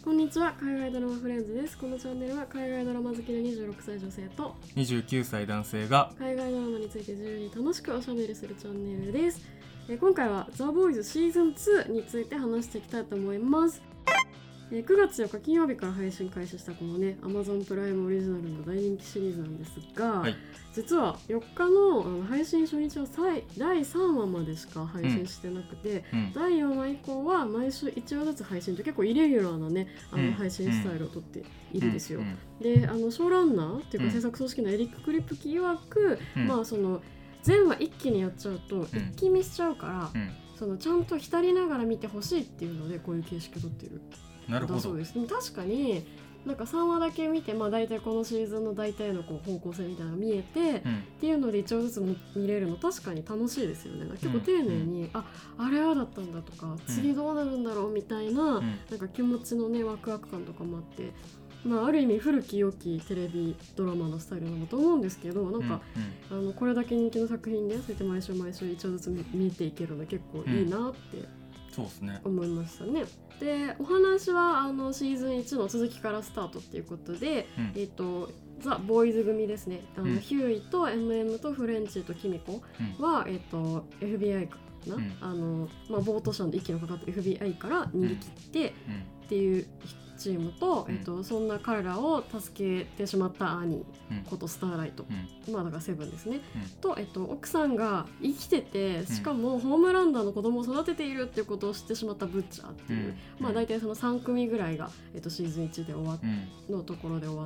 こんにちは、海外ドラマフレンズです。このチャンネルは海外ドラマ好きの26歳女性と 29歳男性が海外ドラマについて自由に楽しくおしゃべりするチャンネルです。今回はザ・ボーイズシーズン2について話していきたいと思います。9月4日金曜日から配信開始したこのね Amazon プライムオリジナルの大人気シリーズなんですが、 はい、 実は4日の配信初日は第3話までしか配信してなくて、第4話以降は毎週1話ずつ配信と結構イレギュラーなね配信スタイルをとっているんですよ。でショーランナーっていうか制作組織のエリック・クリプキ曰く、まあその全話一気にやっちゃうと一気見しちゃうから、そのちゃんと浸りながら見てほしいっていうのでこういう形式をとってる。 なるほど。 そうです。確かになんか3話だけ見て、まあ、大体このシーズンの大体のこう方向性みたいなのが見えて、っていうので1話ずつ見れるの確かに楽しいですよね。結構丁寧に、あれはだったんだとか、次どうなるんだろうみたいな、なんか気持ちのねワクワク感とかもあって、まあ、ある意味古き良きテレビドラマのスタイルなんだと思うんですけど、なんか、これだけ人気の作品でそうやって毎週毎週1話ずつ見ていけるの結構いいなってそうですね、 思いましたね。でお話はシーズン1の続きからスタートっていうことで、ザ・ボーイズ組ですね。ヒューイと MM とフレンチとキミコは、FBI かな、まあ、ボート社の息のかかった FBI から逃げ切ってっていうチームと、そんな彼らを助けてしまった兄ことスターライト、まあだからセブンですね、と、奥さんが生きてて、しかもホームランダーの子供を育てているっていうことを知ってしまったブッチャーっていう、まあ大体その3組ぐらいが、シーズン1でのところで終わって、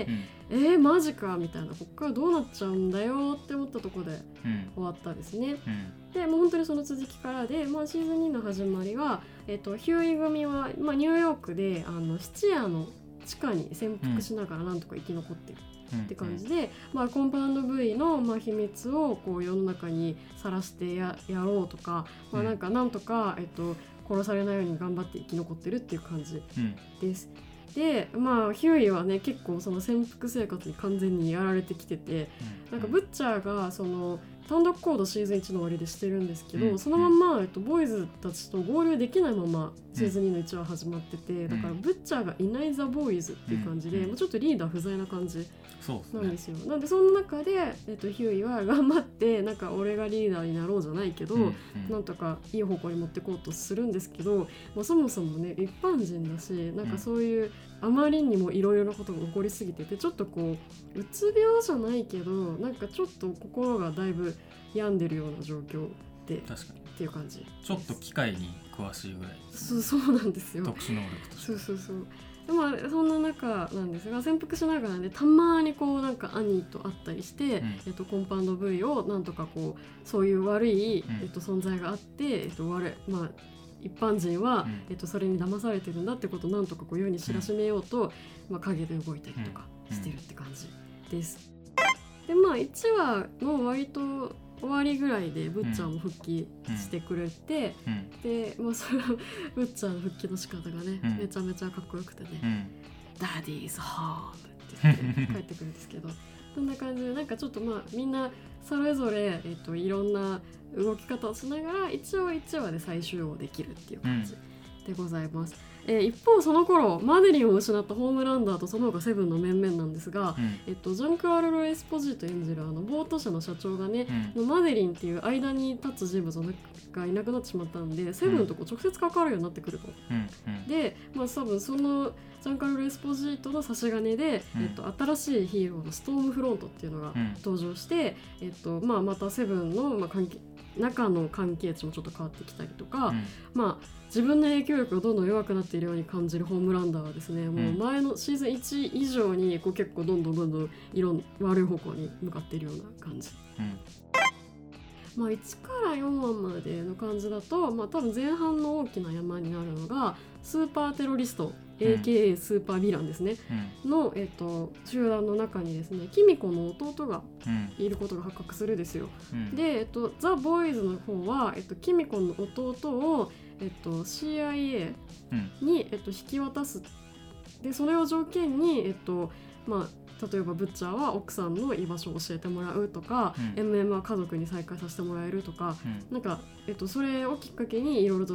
マジかみたいな、こっからどうなっちゃうんだよって思ったところで終わったですね。でもう本当にその続きからで、まあ、シーズン2の始まりは、ヒューイ組は、まあ、ニューヨークで質屋の地下に潜伏しながらなんとか生き残ってるって感じで、まあ、コンパウンド V の、まあ、秘密をこう世の中にさらしてやろうとか、まあ、なんとか、殺されないように頑張って生き残ってるっていう感じです。でまあヒューイはね結構その潜伏生活に完全にやられてきてて、なんかブッチャーがその単独行動シーズン1の終わりでしてるんですけど、そのまんま、ボーイズたちと合流できないままシーズン2の1話始まってて、だからブッチャーがいないザ・ボーイズっていう感じで、もうちょっとリーダー不在な感じなんですよ。なんでその中で、ヒューイは頑張ってなんか俺がリーダーになろうじゃないけど、なんとかいい方向に持っていこうとするんですけど、もうそもそもね一般人だし、なんかそういうあまりにもいろいろなことが起こりすぎてて、ちょっとこううつ病じゃないけどなんかちょっと心がだいぶ病んでるような状況でっていう感じ。 ちょっと機械に詳しいぐらいですね。 そうなんですよ。 特殊能力として。 そうでまあそんな中なんですが、潜伏しながらねたまにこうなんか兄と会ったりして、コンパウンド V をなんとかこうそういう悪い、存在があって、まあ一般人は、それに騙されてるんだってことをなんとかこう世に知らしめようと、まあ、陰で動いたりとかしてるって感じです。でまあ1話の割と終わりぐらいでブッチャーも復帰してくれて、で、まあ、そのブッチャーの復帰の仕方がね、めちゃめちゃかっこよくてね、ダディーズホームって言って帰ってくるんですけどそんな感じでなんかちょっとまあみんなそれぞれ、いろんな動き方をしながら一話一話で再集合できるっていう感じでございます。一方その頃マデリンを失ったホームランダーとその他セブンの面々なんですが、ジャンク・アルロ・エスポジート演じるボート社の社長がね、マデリンっていう間に立つ人物がいなくなってしまったんで、セブンとこう直接関わるようになってくると、で、まあ、多分そのジャンク・アルロ・エスポジートの差し金で、新しいヒーローのストームフロントっていうのが登場して、まあ、またセブンの、まあ、中の関係値もちょっと変わってきたりとか、まあ自分の影響力がどんどん弱くなっているように感じるホームランダーはですね、もう前のシーズン1以上にこう結構どんどん悪い方向に向かっているような感じ、まあ、1から4話までの感じだと、まあ、多分前半の大きな山になるのがスーパーテロリストAKA スーパーヴィランですね、の、集団の中にですねキミコの弟がいることが発覚するですよ、で、ザ・ボーイズの方は、キミコの弟を、CIA に、引き渡す。でそれを条件に、まあ例えばブッチャーは奥さんの居場所を教えてもらうとか、MM は家族に再会させてもらえるとか、なんか、それをきっかけにいろいろと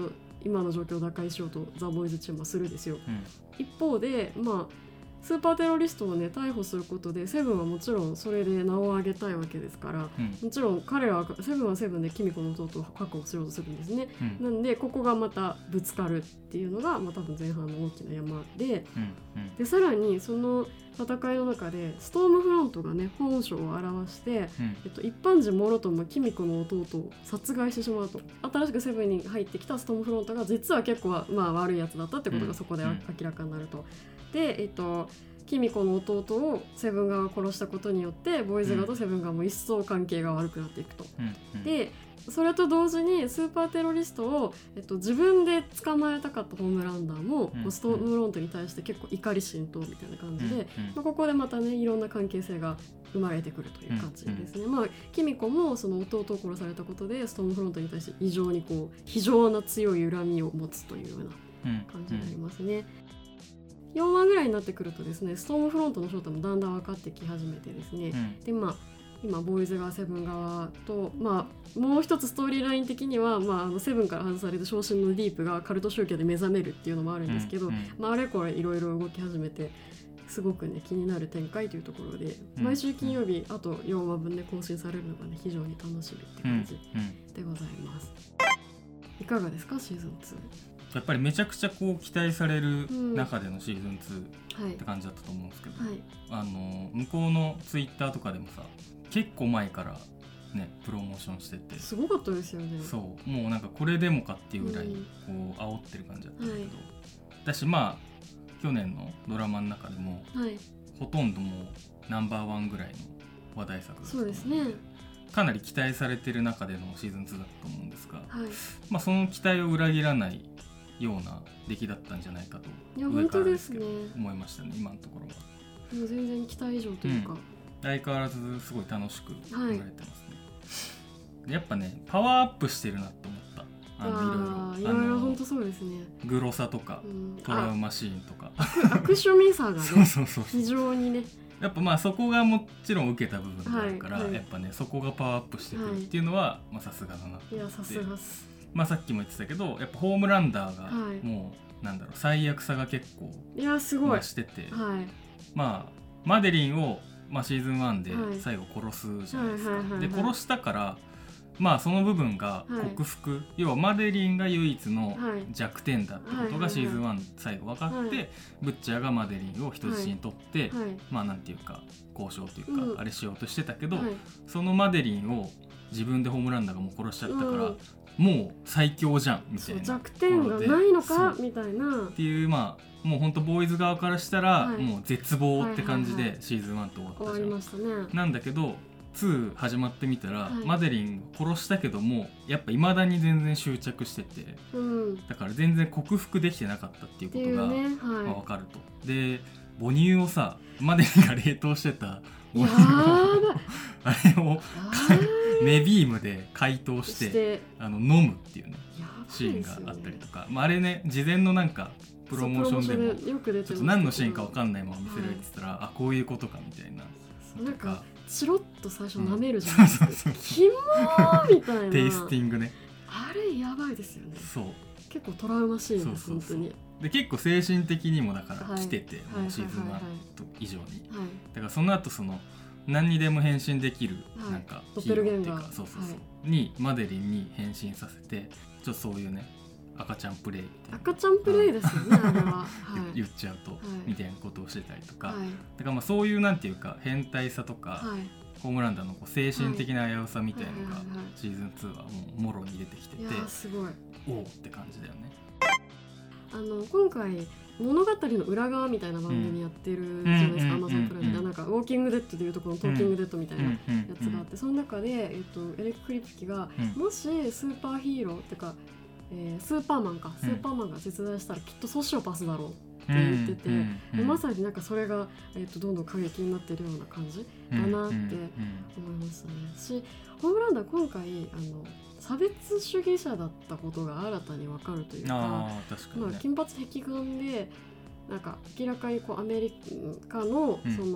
今の状況を打開しようとザ・ボーイズチームはするんですよ。 うん一方で、スーパーテロリストをね逮捕することでセブンはもちろんそれで名を上げたいわけですから、 うんもちろん彼らはセブンはセブンでキミコの弟を確保しようとするんですね。 うんなんでここがまたぶつかるっていうのが、多分前半の大きな山で、 うんでさらにその戦いの中でストームフロントがね本性を表して、 うん一般人もろともキミコの弟を殺害してしまうと。新しくセブンに入ってきたストームフロントが実は結構悪いやつだったってことがそこで明らかになると。でキミコの弟をセブン側が殺したことによってボーイズ側とセブン側も一層関係が悪くなっていくと。 うんでそれと同時にスーパーテロリストを、自分で捕まえたかったホームランダーも、 うんストームフロントに対して結構怒り心頭みたいな感じで、 うんここでまたねいろんな関係性が生まれてくるという感じですね。キミコもその弟を殺されたことでストームフロントに対して非常な強い恨みを持つというような感じになりますね。4話ぐらいになってくるとですねストームフロントの正体もだんだん分かってき始めてですね、で今ボーイズ側セブン側と、もう一つストーリーライン的には、セブンから外された昇進のディープがカルト宗教で目覚めるっていうのもあるんですけど、あれこれいろいろ動き始めてすごくね気になる展開というところで、毎週金曜日あと4話分で更新されるのがね非常に楽しみって感じでございます。いかがですかシーズン2。 やっぱりめちゃくちゃこう期待される中でのシーズン2 はいって感じだったと思うんですけど、 はい向こうのツイッターとかでもさ結構前からねプロモーションしててすごかったですよね。 そうもうなんかこれでもかっていうぐらいこう煽ってる感じだったんだけど、だし去年のドラマの中でもはいほとんどもうナンバーワンぐらいの話題作だったと思そうですね。 かなり期待されてる中でのシーズン2だったと思うんですが、 はいその期待を裏切らないような出来だったんじゃないかといや本当ですね。 思いましたね今のところは。 もう全然期待以上というか、 相変わらずすごい楽しく見られてますね、でやっぱねパワーアップしてるなと思った。 いろいろ本当そうですね。 グロさとか、トラウマシーンとか悪趣味さがねそう非常にねやっぱそこがもちろん受けた部分があるから、 はいはいやっぱねそこがパワーアップしてくるっていうのはさすがだなと思って。 いやさすがっす。 さっきも言ってたけどやっぱホームランダーがはいもう最悪さが結構いやすごい増してて、 はいマデリンを、シーズン1ではい最後殺すじゃないですか、 はいはいはいはいで殺したからその部分が克服、要はマデリンが唯一のはい弱点だってことはいはいはいがシーズン1最後分かって、 はいブッチャーがマデリンを人質に取って、 はいなんていうか交渉というか、 うんあれしようとしてたけど、 はいそのマデリンを自分でホームランダーがもう殺しちゃったから、もう最強じゃんみたいな弱点がないのかそうみたいなっていうもう本当ボーイズ側からしたら、 はいもう絶望って感じはいはいはでシーズン1って終わっ終わたじゃん、 りましたね。 なんだけど2始まってみたら、 はいマデリン殺したけどもやっぱ未だに全然執着してて、だから全然克服できてなかったっていうことが、 ね分かると。で母乳をさマデリンが冷凍してた母乳をあれを目ビームで解凍して飲むっていうねシーンがあったりとか、あれね事前のプロモーションでもちょっと何のシーンか分かんないまま見せられてたら、こういうことかみたいななんかチロッと最初舐めるじゃないですか、キモーみたいなテイスティングね。 あれやばいですよね。 そう結構トラウマシーンです本当に。 で結構精神的にもだから来てて、もうシーズン1以上に、だからその後何にでも変身できるドッペルゲンガーにマデリンに変身させてちょっとそういうね赤ちゃんプレイみたいな赤ちゃんプレイですよねあれは言っちゃうとみたいなことをしてたりとか、だからそういうなんていうか変態さとかホームランダーの精神的な危うさみたいなのがシーズン2はもうもろに出てきてて、 すごいおおって感じだよね。 今回物語の裏側みたいな番組やってるじゃないですか、Amazon プライムで。ウォーキングデッドでいうとこのトーキングデッドみたいなやつがあって、その中で、エレク・クリプキが、もしスーパーヒーローってか、スーパーマンが実在したらきっとソシオパスだろうって言ってて、まさにそれが、どんどん過激になってるような感じだなって思いましたね。しホームランダー今回差別主義者だったことが新たに分かるというか、金髪碧眼で明らかにアメリカの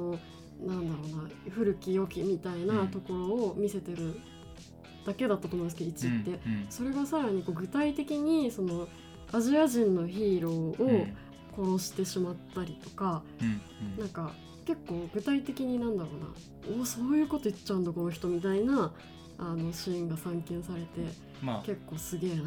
古き良きみたいなところを見せてるだけだったと思うんですけど、1って、それがさらに具体的にアジア人のヒーローを殺してしまったりとか、なんか結構具体的になんだろうな、そういうこと言っちゃうんだこの人みたいなシーンが散見されて、結構すげえなって。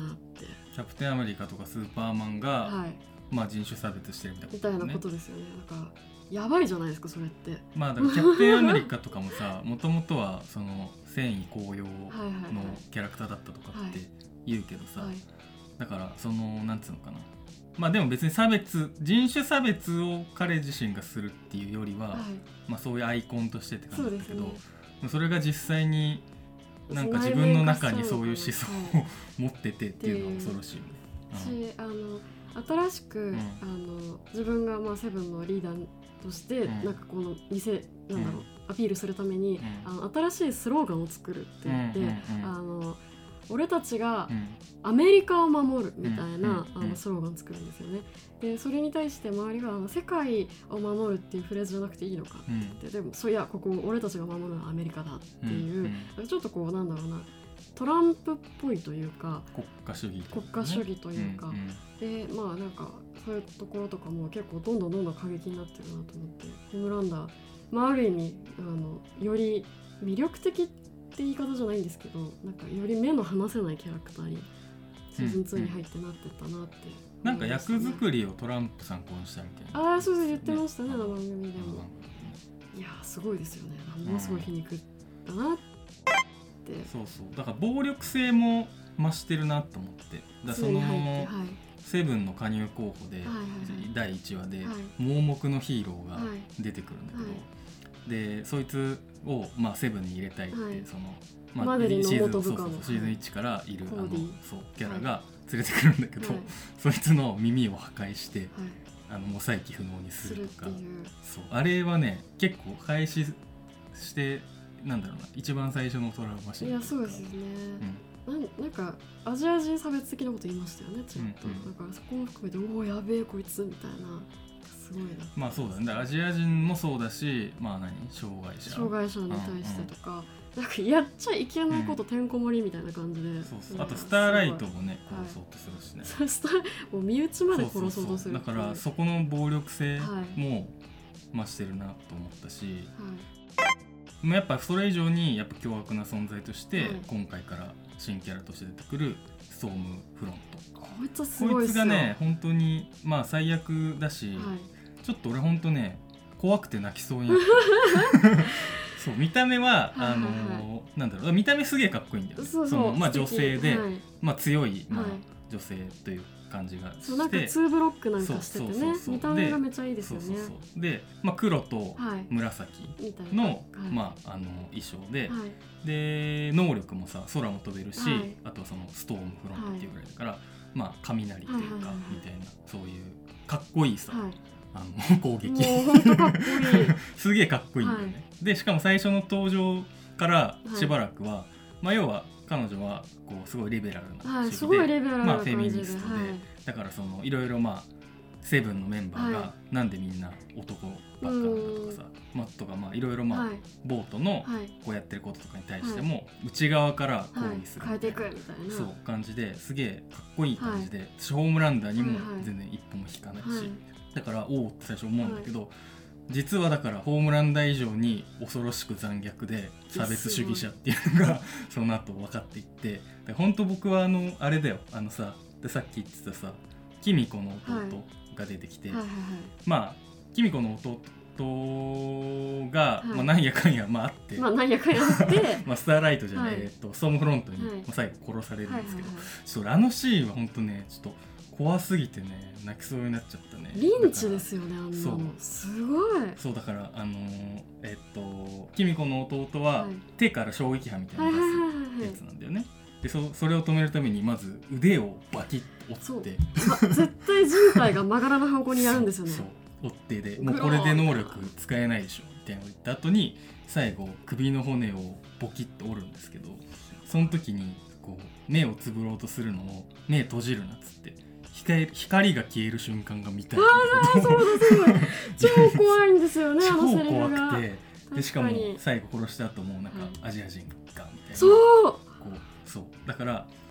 キャプテンアメリカとかスーパーマンが、人種差別してるみたいなことですよね。 だからやばいじゃないですかそれって。 だからキャプテンアメリカとかもさもともとはその戦意高揚のキャラクターだったとかって言うけどさ、だからそのなんつうのかな、でも別に人種差別を彼自身がするっていうよりは、そういうアイコンとしてって感じだけど、それが実際になんか自分の中にそういう思想を持っててっていうのは恐ろしいよね。 新しく、自分がセブンのリーダーとして、なんかこのアピールするために、新しいスローガンを作るって言って、俺たちがアメリカを守るみたいなスローガン作るんですよね。でそれに対して周りが世界を守るっていうフレーズじゃなくていいのかって言って、でもいやここ俺たちが守るのはアメリカだっていう、ちょっとこうなんだろうな、トランプっぽいというか国家主義というか、でなんかそういうところとかも結構どんどん過激になってるなと思って、ホームランダー、ある意味より魅力的って言い方じゃないんですけど、なんかより目の離せないキャラクターにシーズン2に入ってなってたなって、 なんか役作りをトランプ参考にしたみたいな、 そう言ってましたね、番組でも。いやすごいですよね、ものすごい皮肉だなって。 そうだから暴力性も増してるなと思って、だそのセブンの加入候補で、第1話で盲目のヒーローが出てくるんだけど、でそいつをセブンに入れたいって、そのマデリンの元部下のシーズン1からいるキャラが連れてくるんだけど、そいつの耳を破壊して、もう再起不能にするとか、あれはね結構開始してなんだろうな、一番最初のトラウマシーン。 いやそうですよね、なんかアジア人差別的なこと言いましたよねちょっと、だからそこも含めてやべえこいつみたいな、すごいな。 そうだね、アジア人もそうだし、障害者に対してとか、なんかやっちゃいけないことてんこ盛りみたいな感じで、 あとスターライトもね殺そうとするしね、 もう身内まで殺そうとする。 だからそこの暴力性も増してるなと思ったし、やっぱそれ以上にやっぱ凶悪な存在として、今回から新キャラとして出てくるストームフロント、 こいつすごいっすよ。 こいつがね本当に最悪だし、ちょっと俺本当ね怖くて泣きそうになってそう見た目はなんだろう、見た目すげえかっこいいんだよね。女性で、強い、女性という感じがして、 なんか2ブロックなんかしててね、見た目がめっちゃいいですよね。 で、黒と紫の、衣装で、で能力もさ空も飛べるし、あとはそのストームフロントっていうぐらいだから、雷というかみたいな、そういうかっこいいさ、攻撃もう本当かっこいいすげえかっこいいんだよね。でしかも最初の登場からしばらくは、要は彼女はこうすごいリベラルな主義で、フェミニストで、だからそのいろいろセブンのメンバーがなんでみんな男ばっかなんだとかさ、とかいろいろボートのこうやってることとかに対しても内側から抗議する変えていくみたいな、 そう感じですげえかっこいい感じで、ホームランダーにも全然一歩も引かないし、だからおおって最初思うんだけど、実はだからホームランダー以上に恐ろしく残虐で差別主義者っていうのがその後分かっていって、本当僕はあれだよ、さっき言ってたさキミコの弟が出てきて、キミコの弟が、なんやかんやあって、 なんやかんやあってスターライトじゃない、ストームフロントに最後殺されるんですけど、ちょっとシーンは本当ねちょっと怖すぎてね泣きそうになっちゃったね。 リンチですよね、あんなの。すごい。 そうだからキミコの弟は手から衝撃波みたいな出すやつなんだよね。でそれを止めるためにまず腕をバキッと折って、 絶対人体がまがらな方向にやるんですよね。 そう折ってでもうこれで能力使えないでしょみたいなのを言った後に最後首の骨をボキッと折るんですけど、その時にこう目をつぶろうとするのを目閉じるなっつって光が消える瞬間が見たい。 そうだ超怖いんですよね、 超怖くて、でしかも最後殺した後もなんかアジア人がみたいな、そうだから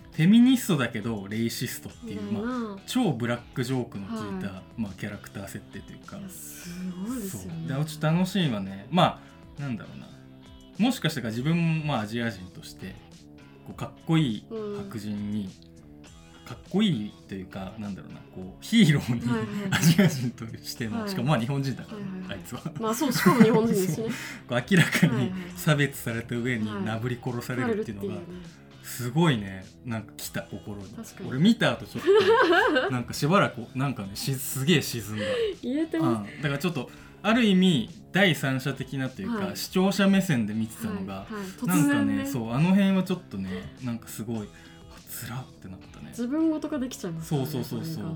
フェミニストだけどレイシストっていう、超ブラックジョークの効いた、キャラクター設定というか、 すごいですよね。 そうでちょっと楽しいはね、なんだろうな、もしかしたら自分もアジア人としてこうかっこいい白人に、かっこいいというかなんだろうな、こうヒーローに、アジア人としての、しかも日本人だから、あいつはそう、しかも日本人ですしねこう明らかに差別された上になぶり殺されるっていうのが、すごいね、なんか来た心に。俺見た後ちょっとなんかしばらくなんかねすげえ沈んだ。 言えてます。 だからちょっとある意味第三者的なというか、視聴者目線で見てたのが、なんかね、そうあの辺はちょっとね、なんかすごいつらってなったね。 自分ごとができちゃいますね。 そう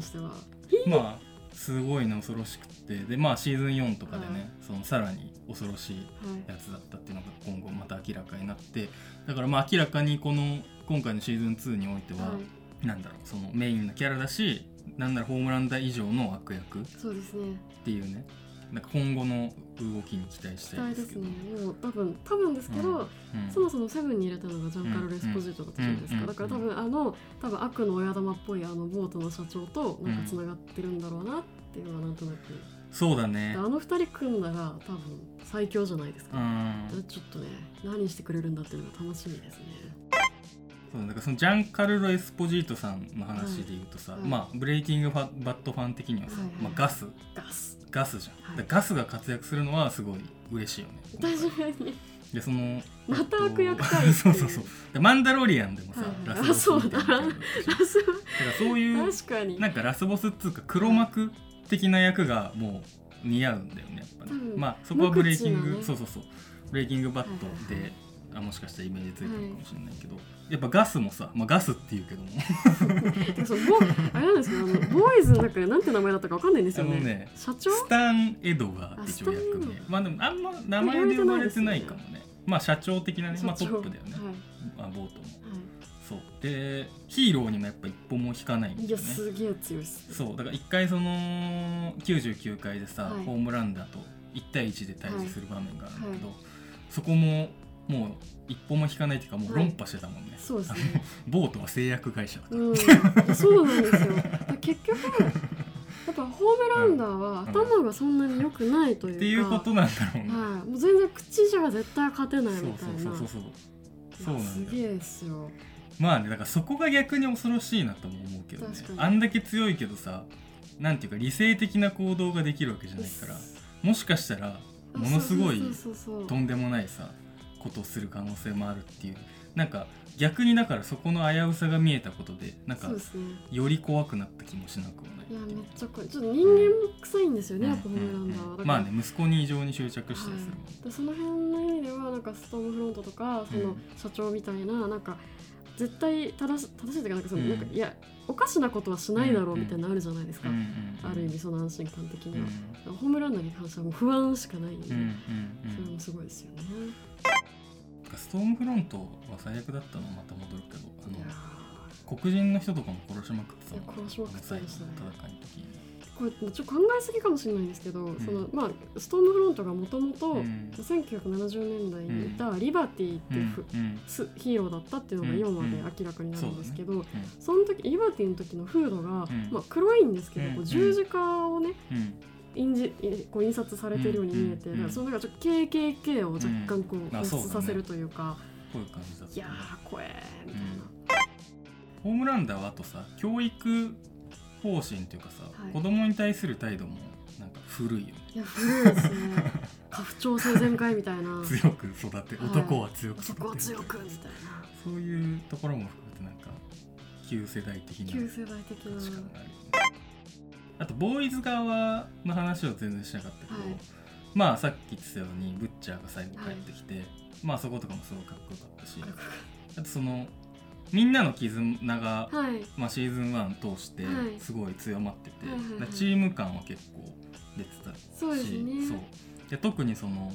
すごいね恐ろしくて、でシーズン4とかでね、そのさらに恐ろしいやつだったっていうのが今後また明らかになって、だから明らかにこの今回のシーズン2においては、なんだろう、そのメインのキャラだし、なんならホームランダー以上の悪役っていうね、なんか今後の動きに期待したいですけど。 もう多分ですけど、そもそもセブンに入れたのがジャンカルロ・エスポジートだったじゃないですか。だから多分悪の親玉っぽいボートの社長となんかつながってるんだろうなっていうのはなんとなく。 そうだね。 二人組んだら多分最強じゃないですか。ちょっとね、何してくれるんだっていうのが楽しみですね。 そうだからそのジャンカルロ・エスポジートさんの話で言うとさ、ブレイキングバッドファン的にはさ、ガスじゃん、ガスが活躍するのはすごい嬉しいよね。 確かに。 でそのまた悪役かいそうでマンダロリアンでもさ、ラスボスみたいなだからそういう確かになんかラスボスっていうか黒幕的な役がもう似合うんだよね、やっぱね。そこはブレイキング、ブレイキングバッドで、もしかしたらイメージついてるかもしれないけど、やっぱガスもさ、ガスっていうけどもあれなんですよ、ボーイズの中でなんて名前だったかわかんないんですよね。社長スタン・エドが一応役名、でもあんま名前で呼ばれてないかもね。社長的なね、トップだよね、ボートも。そうでヒーローにもやっぱ一歩も引かないんだよね。 いやすげえ強いっす。 そうだから一回その99回でさ、ホームランダーと1対1で対峙する場面があるんだけど、そこももう一歩も引かないっていうか、もう論破してたもんね。 そうですね。 ボートは製薬会社だから、 そうなんですよ。結局やっぱホームランダーは頭がそんなに良くないというか、 っていうことなんだろうね。 もう全然口じゃ絶対勝てないみたいな。 そうなんだよ。 すげえですよ。 ね、だからそこが逆に恐ろしいなとも思うけどね。あんだけ強いけどさ、なんていうか理性的な行動ができるわけじゃないから、もしかしたらものすごいとんでもないさことをする可能性もあるっていう、なんか逆にだからそこの危うさが見えたことで、なんかより怖くなった気もしなくはない。 いやめっちゃ怖い。ちょっと人間臭いんですよね、やっぱホームランダーは。 息子に異常に執着したりする。 その辺の意味ではなんかストームフロントとかその社長みたいな、なんか絶対正しいというか、なんかそのなんかいやおかしなことはしないだろうみたいなのあるじゃないですか。ある意味その安心感的には、ホームランダーに関してはもう不安しかないんで、それもすごいですよね。 ストームフロントは最悪だったのはまた戻るけど、黒人の人とかも殺しまくってたの。 殺しまくってたりしたね。 戦いの時にこれちょっと考えすぎかもしれないんですけど、そのストームフロントがもともと1970年代にいたリバティっていうヒーローだったっていうのが4話で明らかになるんですけど、その時リバティの時のフードが黒いんですけど、十字架をね印刷されてるように見えて、そのなんかちょっと KKK を若干こう発出させるというか、 こういう感じだった。 いやー怖えみたいな。 ホームランダーはあとさ、教育方針というかさ、子供に対する態度もなんか古いよね。 いや古いですね。家父長制全開みたいな。 強く育て、男は強く育て、 男は強くみたいな。 そういうところも含めてなんか旧世代的な価値観がある。 あとボーイズ側の話を全然しなかったけど、さっき言ってたようにブッチャーが最後帰ってきて、そことかもすごいかっこよかったし、あとそのみんなの絆が、シーズン1通してすごい強まってて、チーム感は結構出てたし、 そうですね。 で特にその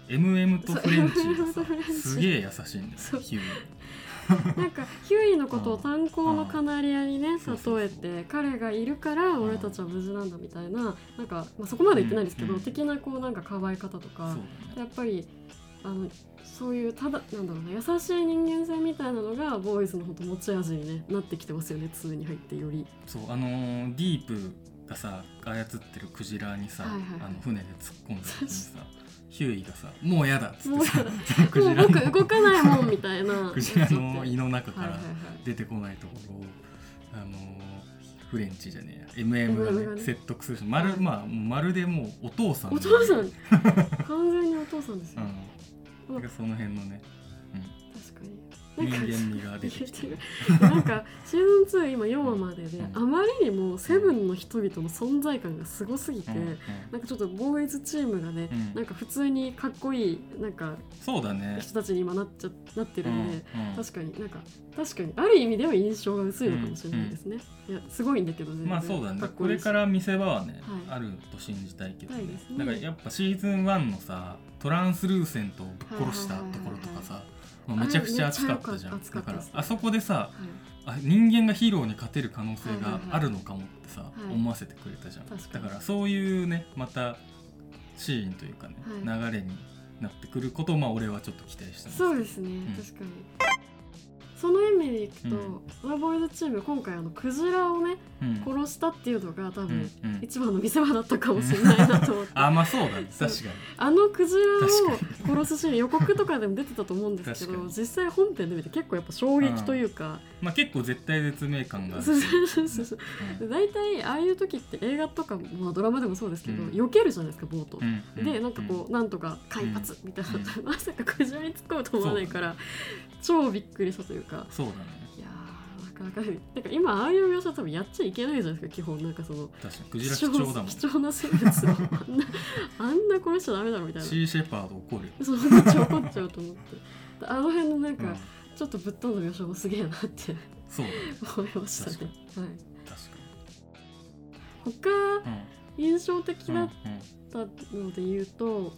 MM とフレンチがさすげえ優しいんだよ、ヒューなんかヒューイのことを炭鉱のカナリアにね例えて、彼がいるから俺たちは無事なんだみたいな、なんか、そこまで言ってないですけど、的なこうなんか可愛い方とか、やっぱりそういうなんだろうな、優しい人間性みたいなのがボーイズのほんと持ち味に、ね、なってきてますよね、2に入ってより。 そうディープがさ操ってるクジラにさ、船で突っ込んだ時にさヒューイがさもうやだっつってさクジラのもう僕動かないもんみたいなクジラの胃の中から出てこないところを、フレンチじゃねえや MM が、ね、説得するしまるでもうお父さん完全にお父さんですよ、 なんかその辺のね、 確かに人間味が出てきてるなんかシーズン2今4話までで、あまりにもセブンの人々の存在感がすごすぎて、なんかちょっとボーイズチームがね、なんか普通にかっこいいなんかそうだね人たちに今なってるんで、確かにある意味では印象が薄いのかもしれないですね、いやすごいんだけどね。 まあそうだね、これから見せ場はね、あると信じたいけどね。だからやっぱシーズン1のさトランスルーセントをぶっ殺したところとかさ、めちゃくちゃ熱かったじゃん。だからあそこでさ、人間がヒーローに勝てる可能性があるのかもってさ、思わせてくれたじゃん。だからそういうねまたシーンというかね、流れになってくることを俺はちょっと期待してます。 そうですね、確かに。その意味でいくと、ザ・ボーイズチーム今回クジラをね、殺したっていうのが多分、一番の見せ場だったかもしれないなと思ってまあそうだね、確かにクジラを殺すシーン予告とかでも出てたと思うんですけど実際本編で見て結構やっぱ衝撃というか、 結構絶対絶命感があるし大体ああいう時って映画とか、ドラマでもそうですけど、避けるじゃないですか冒頭、でなんかこうなんとか間髪みたいな、まさかクジラに突っ込むと思わないから超びっくりしたというか。 そうだね。 いやなかなかなんか今ああいう描写多分やっちゃいけないじゃないですか基本。なんかその確かにクジラ貴重だもん。 貴重な生物をあんな殺しちゃダメだろみたいな。 シーシェパード怒るよ。 そうめっちゃ怒っちゃうと思ってあの辺のなんか、ちょっとぶっ飛んだ描写もすげえなってそう思いましたね。はい。 確か他、印象的だったので言うと、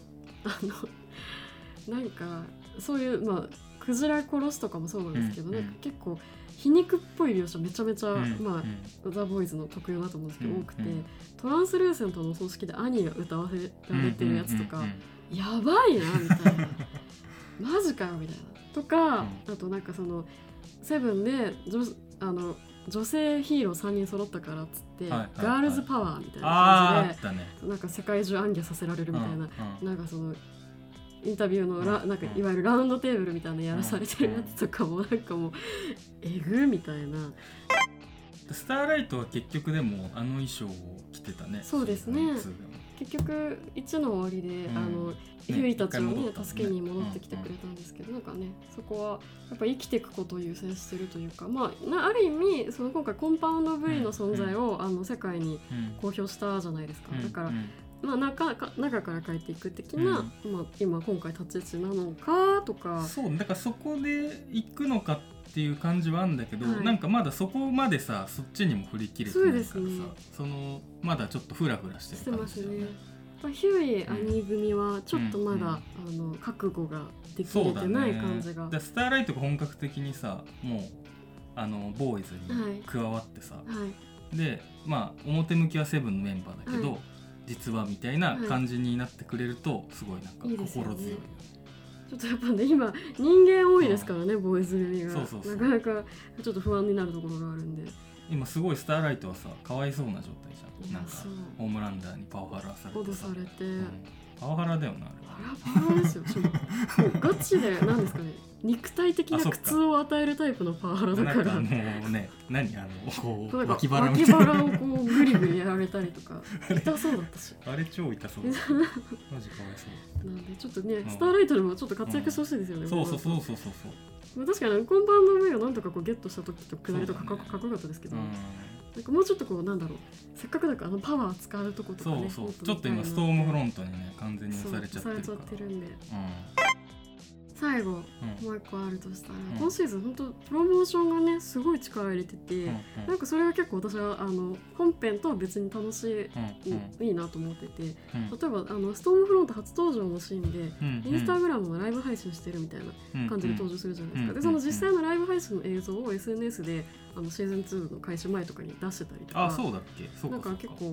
なんかそういうクジラ殺すとかもそうなんですけど、なんか結構皮肉っぽい描写めちゃめちゃ、ザ・ボーイズの特有だと思うんですけど、多くて、トランスルーセントの葬式で兄が歌わせられてるやつとか、やばいなみたいなマジかよみたいなとか、あとなんかそのセブンで女性ヒーロー3人揃ったからっつって、ガールズパワーみたいな感じで、なんか世界中暗記させられるみたいな、なんかそのインタビューのなんかいわゆるラウンドテーブルみたいなのやらされてるやつとかもなんかもうえぐみたいな。 スターライトは結局でも衣装を着てたね。 そうですね。結局1の終わりでヒューイたちをね助けに戻ってきてくれたんですけど、なんかねそこはやっぱ生きていくことを優先してるというか、ある意味その今回コンパウンド V の存在を世界に公表したじゃないですか。だから中から帰っていく的な、今回立ち位置なのかとか。 そうだからそこで行くのかっていう感じはあるんだけど、なんかまだそこまでさそっちにも振り切れてないからさ、そのまだちょっとフラフラしてる感じだよね。 ヒューイ兄組はちょっとまだ、覚悟ができれてない感じが、 スターライトが本格的にさもうボーイズに加わってさ、で表向きはセブンのメンバーだけど、実はみたいな感じになってくれるとすごいなんか心強い。 ちょっとやっぱね今人間多いですからね、ボーイズ組が。なかなかちょっと不安になるところがあるんで。 今すごいスターライトはさかわいそうな状態じゃん。なんかホームランダーにパワハラされてさ、 脅されて、 パワハラだよな。 パワハラですよ。ガチで何ですかね、肉体的な苦痛を与えるタイプのパワハラだから。 もうねこう脇腹をこうグリグリやられたりとか痛そうだったし。 あれ超痛そうだった。マジかわいそう。 なんでちょっとねスターライトでもちょっと活躍してほしいですよね。 そう。 確かにコンパウンド V をなんとかゲットした時と下りとかかっこよかったですけど、なんかもうちょっとなんだろう、せっかくだからパワー使うとことかね。 ちょっと今ストームフロントにね完全に押されちゃってるんで。最後、もう一個あるとしたら、今シーズン本当プロモーションがねすごい力入れてて、なんかそれが結構私は本編とは別に楽しい、いいなと思ってて、例えばストームフロント初登場のシーンで、インスタグラムのライブ配信してるみたいな感じで登場するじゃないですか。でその実際のライブ配信の映像を SNS でシーズン2の開始前とかに出してたりとか。 そうだっけ。 なんか結構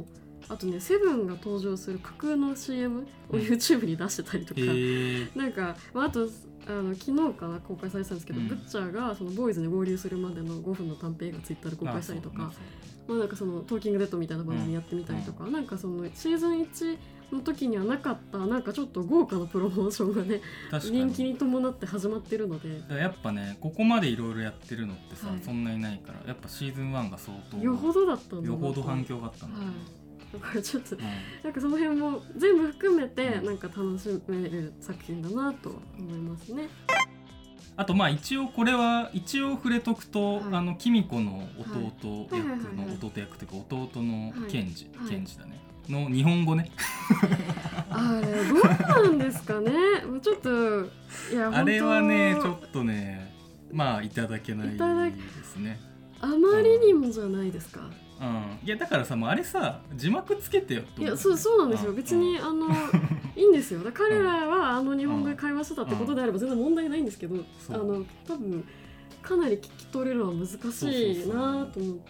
あとねセブンが登場する架空の CM を YouTube に出してたりとか、なんか、あと昨日かな公開されてたんですけど、ブッチャーがそのボーイズに合流するまでの5分の短編映画ツイッターで公開したりとか、なんかそのトーキングデッドみたいな番組やってみたりとか、なんかそのシーズン1の時にはなかったなんかちょっと豪華なプロモーションがね人気に伴って始まってるので、 やっぱねここまでいろいろやってるのってさ、そんなにないからやっぱシーズン1が相当よほどだったんだ、 よほど反響があったんだ、 だからちょっと、なんかその辺も全部含めてなんか楽しめる作品だなと思いますね。 あとまあ一応これは一応触れとくと、キミコの弟役の弟役というか弟のケンジだねの日本語ねあれどうなんですかねちょっといやあれはねちょっとねまあいただけないですね。 あまりにもじゃないですか。 いやだからさもうあれさ字幕つけてよって思う。 いやそうなんですよ、別にいいんですよ。彼らは日本語で会話してたってことであれば全然問題ないんですけど、多分かなり聞き取れるのは難しいなと思って。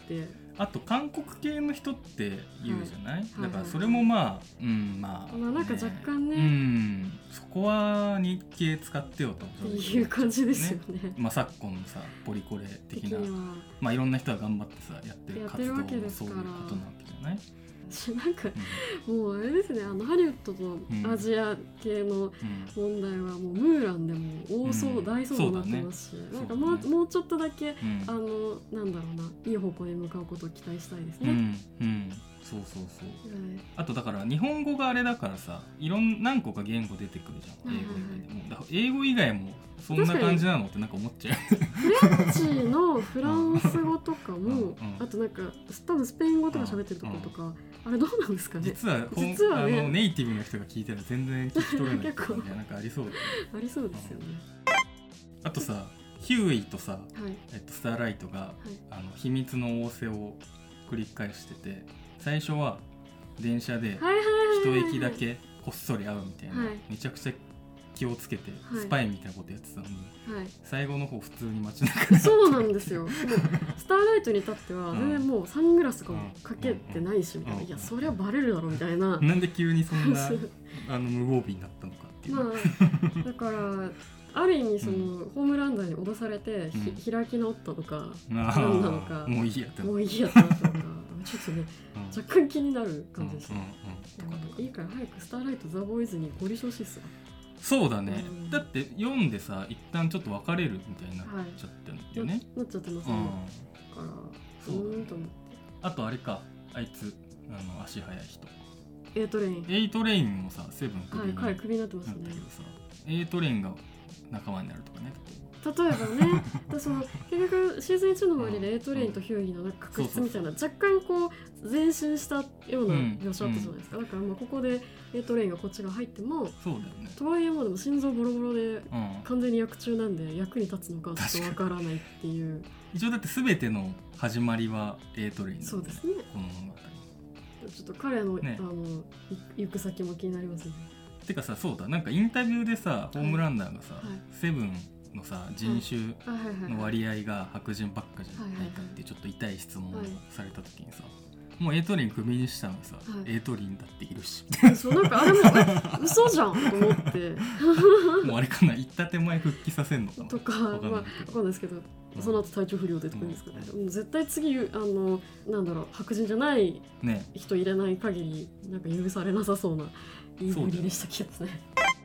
あと韓国系の人って言うじゃない、だからそれもまあまあなんか若干ね、 そこは日系使ってよという感じですよね。 まあ昨今のさポリコレ的なまあいろんな人が頑張ってさやってる活動もそういうことなわけじゃない。 なんか、もうあれですね、ハリウッドとアジア系の問題はもうムーランでも大大騒動になってますし、なんかもうちょっとだけ、なんだろうないい方向に向かうことを期待したいですね。 そう、あとだから日本語があれだからさ何個か言語出てくるじゃん、英語以外でも。だから英語以外もそんな感じなのってなんか思っちゃう。 フレンチのフランス語とかもあとなんか多分スペイン語とか喋ってるところとか、あれどうなんですかね。 実はねネイティブの人が聞いたら全然聞き取れない結構なんかありそうだよね。 ありそうですよね。 あとさヒューイとさ、スターライトが、秘密の仰せを繰り返してて、最初は電車で一駅だけこっそり会うみたいな、めちゃくちゃ気をつけてスパイみたいなことやってたのに、最後の方普通に街中でそうなんですよ。もうスターライトに至っては全然もうサングラスがかけてないしみたいな、いやそりゃバレるだろみたいな。 なんで急にそんな無防備になったのかっていう。 だからある意味その、ホームランダーに脅されて、開き直ったのか何なのか、 もういいやってなったのかちょっとね、若干気になる感じですね。いいから早くスターライトザボーイズにご利用しっすわ。 そうだね、だって読んでさ一旦ちょっと別れるみたいになっちゃってるんだよね。 なっちゃってますね。だからと思って。 あとあれか、あいつ足速い人 Aトレインもさセブンクビになってますね。 A トレインが仲間になるとかね。 例えばねその結局シーズン1の終わりで A トレインとヒューイの確執みたいな若干こう前進したような描写あったじゃないですか。だからまあここで A トレインがこっちが入ってもそうだよね。 とはいえもうでも心臓ボロボロで完全に役中なんで役に立つのかちょっとわからないっていう。 一応だって全ての始まりは A トレインだよね。 そうですね。 この物語ちょっと彼の、行く先も気になりますね。 てかさ、そうだ、なんかインタビューでさ、ホームランダーがさ、セブンのさ人種の割合が白人ばっかじゃないかってちょっと痛い質問をされた時にさ、もうエイトリンクビにしたのさ、エイトリンだっているしそうなんかあれも嘘じゃんと思ってもうあれかな、行った手前復帰させんのかなとかわかんないですけど、その後体調不良でとかいいんですかね、絶対次なんだろう白人じゃない人入れない限りなんか許されなさそうな言いぶりでした気がするね。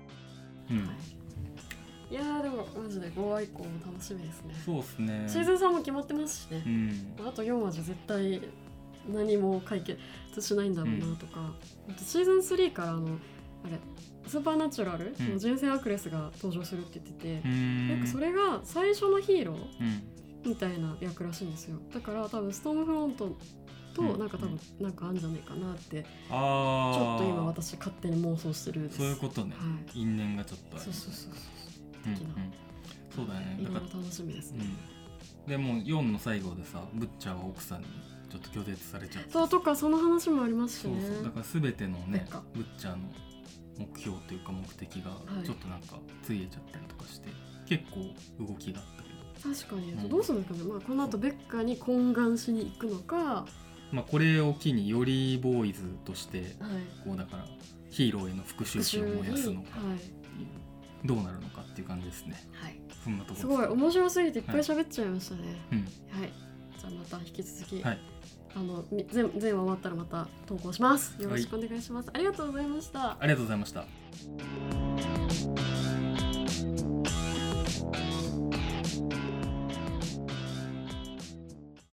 いやーでもマジで5話以降も楽しみですね。 そうですね。 シーズン3も決まってますしね、あと4話じゃ絶対何も解決しないんだろうなとか、シーズン3からあれスーパーナチュラルのジェンセン・アクレスが登場するって言ってて、なんかそれが最初のヒーローみたいな役らしいんですよ。だから多分ストームフロントとなんか多分なんかあんじゃねえかなってちょっと今私勝手に妄想してるんです。 そういうことね、因縁がちょっとある。 そうそうだね。 だから楽しみですね。 でも4の最後でさ、ブッチャーは奥さんにちょっと拒絶されちゃって、 そうとかその話もありますしね。 そうだから全てのねブッチャーの目標というか目的がちょっとなんかついえちゃったりとかして、結構動きがあったけど。 確かに、どうするんですかね。まあこの後ベッカに懇願しに行くのか、 まあ、これを機によりボーイズとして、 はい、 こうだからヒーローへの復讐心を燃やすのか、 はい、 どうなるのかっていう感じですね。 はい、 そんなところすごい面白すぎていっぱい喋っちゃいましたね。 はい、 はい、じゃあまた引き続き、 はい、 全話終わったらまた投稿します。よろしくお願いします。はい、ありがとうございました。 ありがとうございました。